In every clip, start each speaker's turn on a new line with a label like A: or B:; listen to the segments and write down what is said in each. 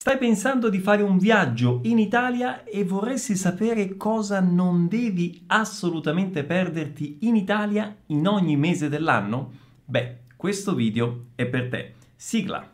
A: Stai pensando di fare un viaggio in Italia e vorresti sapere cosa non devi assolutamente perderti in Italia in ogni mese dell'anno? Beh, questo video è per te. Sigla!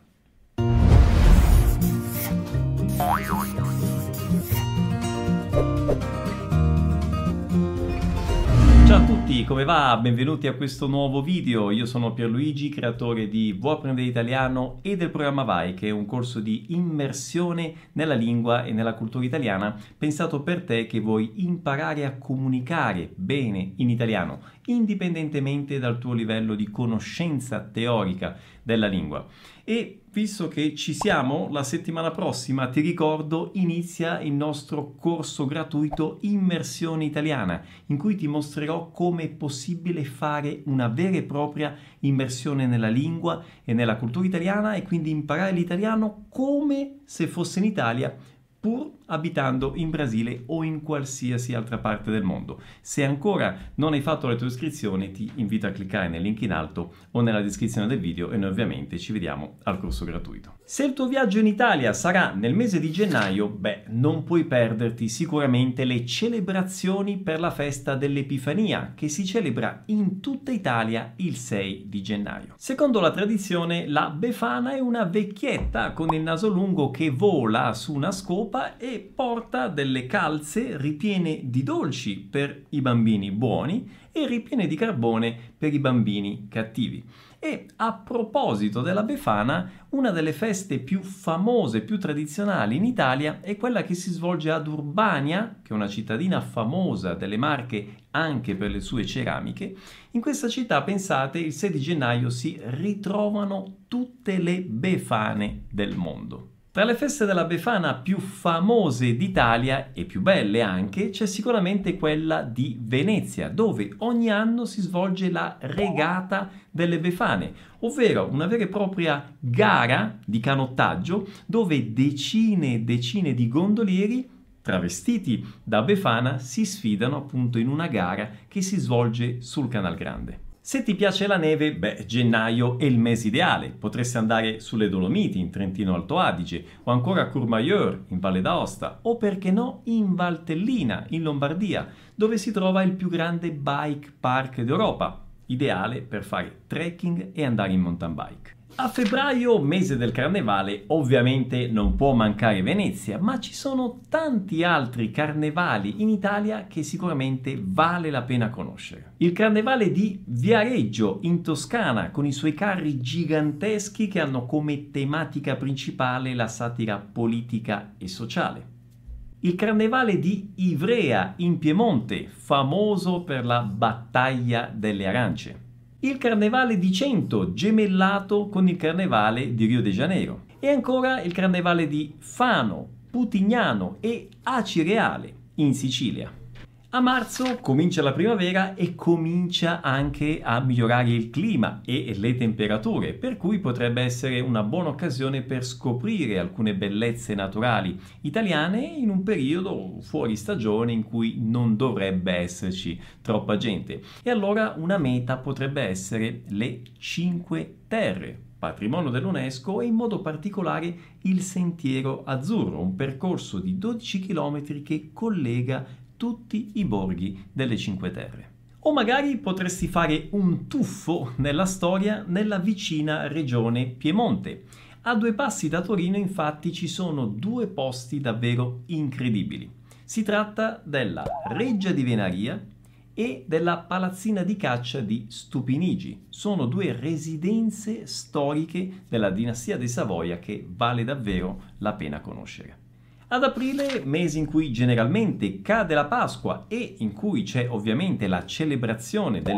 A: Ciao a tutti, come va? Benvenuti a questo nuovo video. Io sono Pierluigi, creatore di Vuoi apprendere italiano e del programma Vai, che è un corso di immersione nella lingua e nella cultura italiana pensato per te che vuoi imparare a comunicare bene in italiano, indipendentemente dal tuo livello di conoscenza teorica della lingua. E visto che ci siamo, la settimana prossima, ti ricordo, inizia il nostro corso gratuito Immersione Italiana, in cui ti mostrerò come è possibile fare una vera e propria immersione nella lingua e nella cultura italiana e quindi imparare l'italiano come se fosse in Italia, pur abitando in Brasile o in qualsiasi altra parte del mondo. Se ancora non hai fatto la tua iscrizione, ti invito a cliccare nel link in alto o nella descrizione del video e noi ovviamente ci vediamo al corso gratuito. Se il tuo viaggio in Italia sarà nel mese di gennaio, non puoi perderti sicuramente le celebrazioni per la festa dell'Epifania, che si celebra in tutta Italia il 6 di gennaio. Secondo la tradizione, la Befana è una vecchietta con il naso lungo che vola su una scopa e porta delle calze ripiene di dolci per i bambini buoni e ripiene di carbone per i bambini cattivi. E a proposito della Befana, una delle feste più famose, più tradizionali in Italia è quella che si svolge ad Urbania, che è una cittadina famosa delle Marche anche per le sue ceramiche. In questa città, pensate, il 6 di gennaio si ritrovano tutte le Befane del mondo. Tra le feste della Befana più famose d'Italia e più belle anche, c'è sicuramente quella di Venezia, dove ogni anno si svolge la regata delle Befane, ovvero una vera e propria gara di canottaggio dove decine e decine di gondolieri travestiti da Befana si sfidano appunto in una gara che si svolge sul Canal Grande. Se ti piace la neve, gennaio è il mese ideale. Potresti andare sulle Dolomiti, in Trentino Alto Adige, o ancora a Courmayeur, in Valle d'Aosta, o perché no, in Valtellina, in Lombardia, dove si trova il più grande bike park d'Europa, ideale per fare trekking e andare in mountain bike. A febbraio, mese del carnevale, ovviamente non può mancare Venezia, ma ci sono tanti altri carnevali in Italia che sicuramente vale la pena conoscere. Il carnevale di Viareggio, in Toscana, con i suoi carri giganteschi che hanno come tematica principale la satira politica e sociale. Il carnevale di Ivrea, in Piemonte, famoso per la battaglia delle arance. Il carnevale di Cento, gemellato con il carnevale di Rio de Janeiro. E ancora il carnevale di Fano, Putignano e Acireale, in Sicilia. A marzo comincia la primavera e comincia anche a migliorare il clima e le temperature, per cui potrebbe essere una buona occasione per scoprire alcune bellezze naturali italiane in un periodo fuori stagione in cui non dovrebbe esserci troppa gente. E allora una meta potrebbe essere le Cinque Terre, patrimonio dell'UNESCO, e in modo particolare il Sentiero Azzurro, un percorso di 12 km che collega tutti i borghi delle Cinque Terre. O magari potresti fare un tuffo nella storia nella vicina regione Piemonte. A 2 passi da Torino, infatti, ci sono 2 posti davvero incredibili. Si tratta della Reggia di Venaria e della Palazzina di Caccia di Stupinigi. Sono 2 residenze storiche della dinastia dei Savoia che vale davvero la pena conoscere. Ad aprile, mese in cui generalmente cade la Pasqua e in cui c'è ovviamente la celebrazione del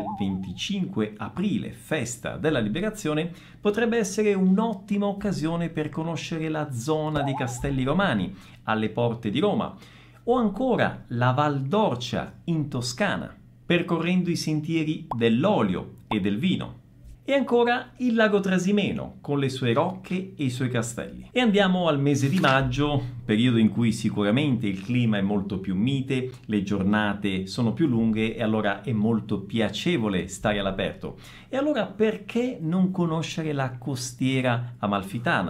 A: 25 aprile, festa della liberazione, potrebbe essere un'ottima occasione per conoscere la zona dei Castelli Romani, alle porte di Roma, o ancora la Val d'Orcia in Toscana, percorrendo i sentieri dell'olio e del vino. E ancora il lago Trasimeno, con le sue rocche e i suoi castelli. E andiamo al mese di maggio, periodo in cui sicuramente il clima è molto più mite, le giornate sono più lunghe e allora è molto piacevole stare all'aperto. E allora perché non conoscere la costiera amalfitana?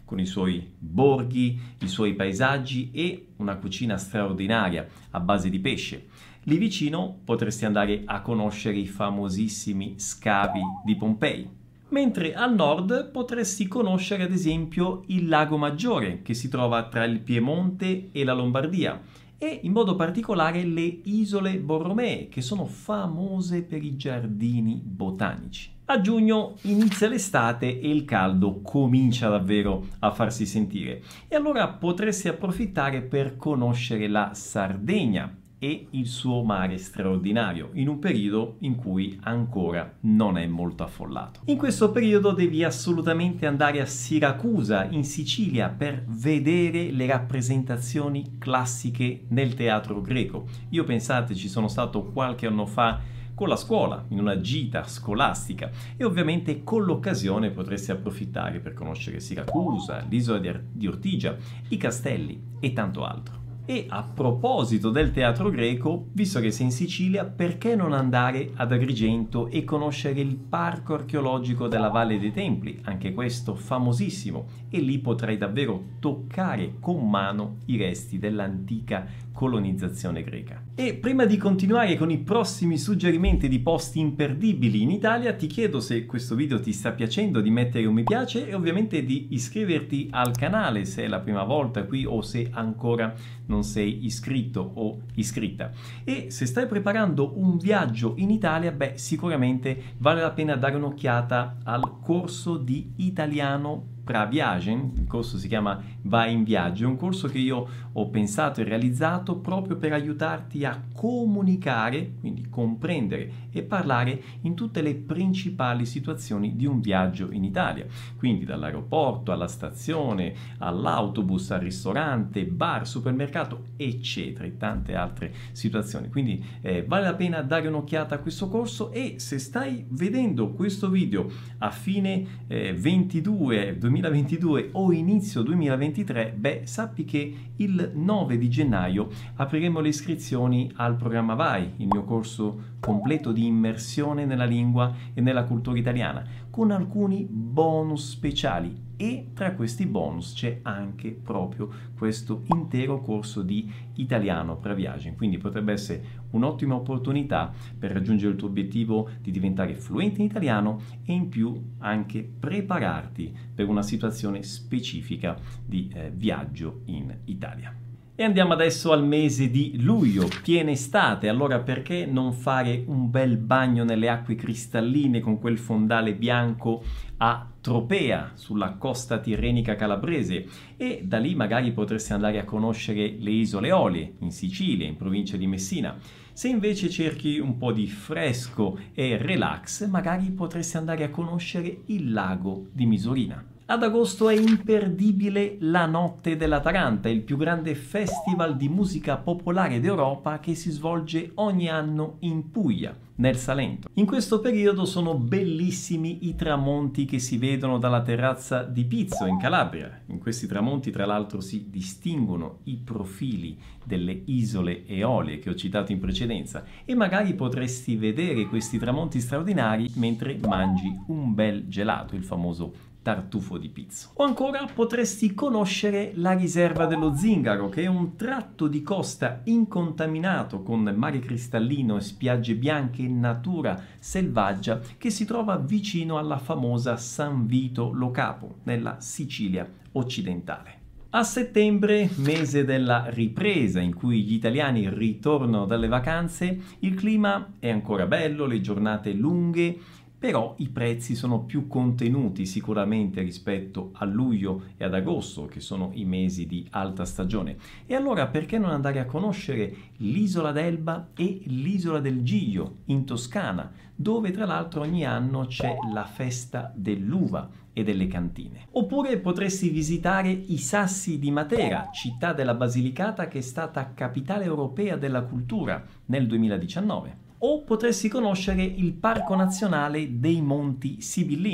A: con i suoi borghi, i suoi paesaggi e una cucina straordinaria a base di pesce. Lì vicino potresti andare a conoscere i famosissimi scavi di Pompei. Mentre al nord potresti conoscere ad esempio il Lago Maggiore, che si trova tra il Piemonte e la Lombardia, e in modo particolare le isole Borromee, che sono famose per i giardini botanici. A giugno inizia l'estate e il caldo comincia davvero a farsi sentire, e allora potresti approfittare per conoscere la Sardegna e il suo mare straordinario, in un periodo in cui ancora non è molto affollato. In questo periodo devi assolutamente andare a Siracusa, in Sicilia, per vedere le rappresentazioni classiche nel teatro greco. Io, pensate, ci sono stato qualche anno fa con la scuola, in una gita scolastica, e ovviamente con l'occasione potresti approfittare per conoscere Siracusa, l'isola di Ortigia, i castelli e tanto altro. E a proposito del teatro greco, visto che sei in Sicilia, perché non andare ad Agrigento e conoscere il parco archeologico della Valle dei Templi, anche questo famosissimo, e lì potrai davvero toccare con mano i resti dell'antica colonizzazione greca. E prima di continuare con i prossimi suggerimenti di posti imperdibili in Italia, ti chiedo, se questo video ti sta piacendo, di mettere un mi piace e ovviamente di iscriverti al canale se è la prima volta qui o se ancora non sei iscritto o iscritta. E se stai preparando un viaggio in Italia, sicuramente vale la pena dare un'occhiata al corso di italiano Praviagen. Il corso si chiama Vai in Viaggio, è un corso che io ho pensato e realizzato proprio per aiutarti a comunicare, quindi comprendere e parlare in tutte le principali situazioni di un viaggio in Italia, quindi dall'aeroporto alla stazione, all'autobus, al ristorante, bar, supermercato, eccetera, e tante altre situazioni. Quindi vale la pena dare un'occhiata a questo corso, e se stai vedendo questo video a fine 2022 o inizio 2023, sappi che il 9 di gennaio apriremo le iscrizioni al programma Vai, il mio corso completo di immersione nella lingua e nella cultura italiana, con alcuni bonus speciali, e tra questi bonus c'è anche proprio questo intero corso di italiano Praviagen. Quindi potrebbe essere un'ottima opportunità per raggiungere il tuo obiettivo di diventare fluente in italiano e in più anche prepararti per una situazione specifica di viaggio in Italia. E andiamo adesso al mese di luglio, piena estate. Allora perché non fare un bel bagno nelle acque cristalline con quel fondale bianco a Tropea, sulla costa tirrenica calabrese, e da lì magari potresti andare a conoscere le isole Eolie in Sicilia, in provincia di Messina. Se invece cerchi un po' di fresco e relax, magari potresti andare a conoscere il lago di Misurina. Ad agosto è imperdibile la Notte della Taranta, il più grande festival di musica popolare d'Europa che si svolge ogni anno in Puglia, nel Salento. In questo periodo sono bellissimi i tramonti che si vedono dalla terrazza di Pizzo, in Calabria. In questi tramonti, tra l'altro, si distinguono i profili delle isole Eolie che ho citato in precedenza, e magari potresti vedere questi tramonti straordinari mentre mangi un bel gelato, il famoso tartufo di Pizzo. O ancora potresti conoscere la riserva dello Zingaro, che è un tratto di costa incontaminato con mare cristallino e spiagge bianche e natura selvaggia che si trova vicino alla famosa San Vito Lo Capo, nella Sicilia occidentale. A settembre, mese della ripresa in cui gli italiani ritornano dalle vacanze, il clima è ancora bello, le giornate lunghe, però i prezzi sono più contenuti sicuramente rispetto a luglio e ad agosto, che sono i mesi di alta stagione. E allora perché non andare a conoscere l'isola d'Elba e l'isola del Giglio in Toscana, dove tra l'altro ogni anno c'è la festa dell'uva e delle cantine. Oppure potresti visitare i Sassi di Matera, città della Basilicata che è stata capitale europea della cultura nel 2019. O potresti conoscere il Parco Nazionale dei Monti Sibillini.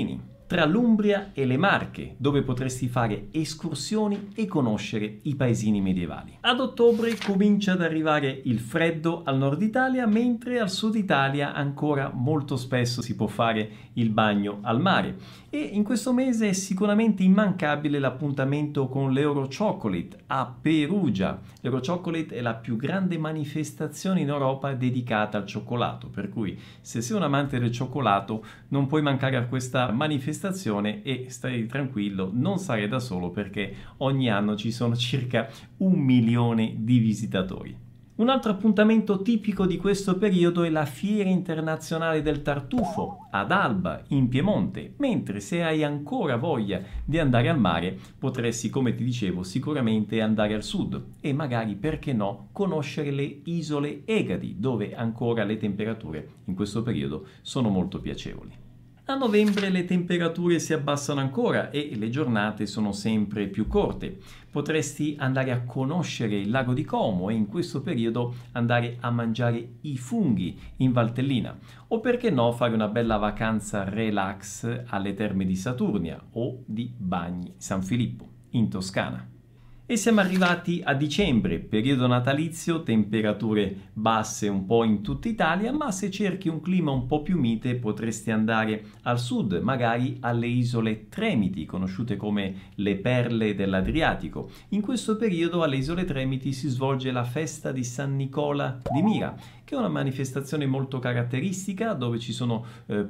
A: tra l'Umbria e le Marche, dove potresti fare escursioni e conoscere i paesini medievali. Ad ottobre comincia ad arrivare il freddo al nord Italia, mentre al sud Italia ancora molto spesso si può fare il bagno al mare. E in questo mese è sicuramente immancabile l'appuntamento con l'Eurochocolate a Perugia. L'Eurochocolate è la più grande manifestazione in Europa dedicata al cioccolato, per cui se sei un amante del cioccolato non puoi mancare a questa manifestazione e stai tranquillo, non sarai da solo perché ogni anno ci sono circa 1 milione di visitatori. Un altro appuntamento tipico di questo periodo è la Fiera Internazionale del Tartufo ad Alba, in Piemonte, mentre se hai ancora voglia di andare al mare potresti, come ti dicevo, sicuramente andare al sud e magari, perché no, conoscere le isole Egadi, dove ancora le temperature in questo periodo sono molto piacevoli. A novembre le temperature si abbassano ancora e le giornate sono sempre più corte. Potresti andare a conoscere il lago di Como e in questo periodo andare a mangiare i funghi in Valtellina o perché no fare una bella vacanza relax alle Terme di Saturnia o di Bagni San Filippo in Toscana. E siamo arrivati a dicembre, periodo natalizio, temperature basse un po' in tutta Italia, ma se cerchi un clima un po' più mite potresti andare al sud, magari alle isole Tremiti, conosciute come le perle dell'Adriatico. In questo periodo alle isole Tremiti si svolge la festa di San Nicola di Mira, che è una manifestazione molto caratteristica dove ci sono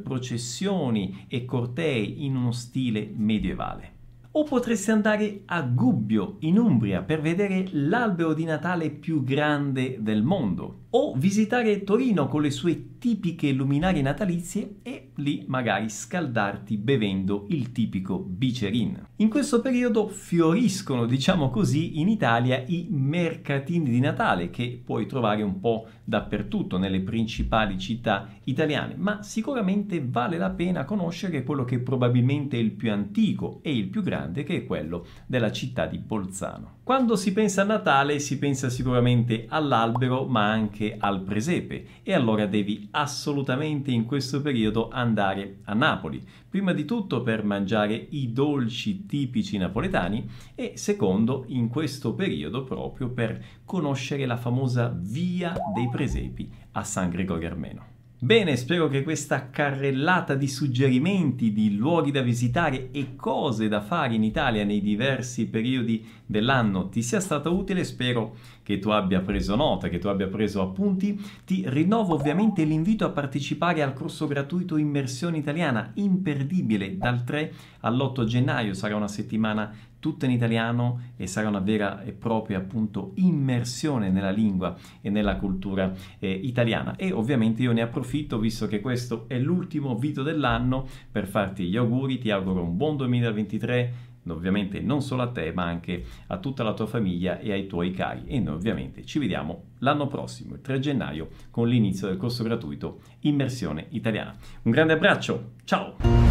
A: processioni e cortei in uno stile medievale. O potresti andare a Gubbio, in Umbria, per vedere l'albero di Natale più grande del mondo. O visitare Torino con le sue tipiche luminarie natalizie e lì magari scaldarti bevendo il tipico bicerin. In questo periodo fioriscono, diciamo così, in Italia i mercatini di Natale che puoi trovare un po' dappertutto nelle principali città italiane, ma sicuramente vale la pena conoscere quello che probabilmente è il più antico e il più grande, che è quello della città di Bolzano. Quando si pensa a Natale si pensa sicuramente all'albero ma anche al presepe e allora devi assolutamente in questo periodo andare a Napoli, prima di tutto per mangiare i dolci tipici napoletani e secondo in questo periodo proprio per conoscere la famosa Via dei Presepi a San Gregorio Armeno. Bene, spero che questa carrellata di suggerimenti di luoghi da visitare e cose da fare in Italia nei diversi periodi dell'anno ti sia stata utile, spero che tu abbia preso nota, che tu abbia preso appunti. Ti rinnovo ovviamente l'invito a partecipare al corso gratuito Immersione Italiana, imperdibile, dal 3 all'8 gennaio, sarà una settimana tutta in italiano e sarà una vera e propria appunto immersione nella lingua e nella cultura italiana. E ovviamente io ne approfitto, visto che questo è l'ultimo video dell'anno, per farti gli auguri. Ti auguro un buon 2023, ovviamente non solo a te ma anche a tutta la tua famiglia e ai tuoi cari, e noi ovviamente ci vediamo l'anno prossimo, il 3 gennaio, con l'inizio del corso gratuito Immersione Italiana. Un grande abbraccio, ciao!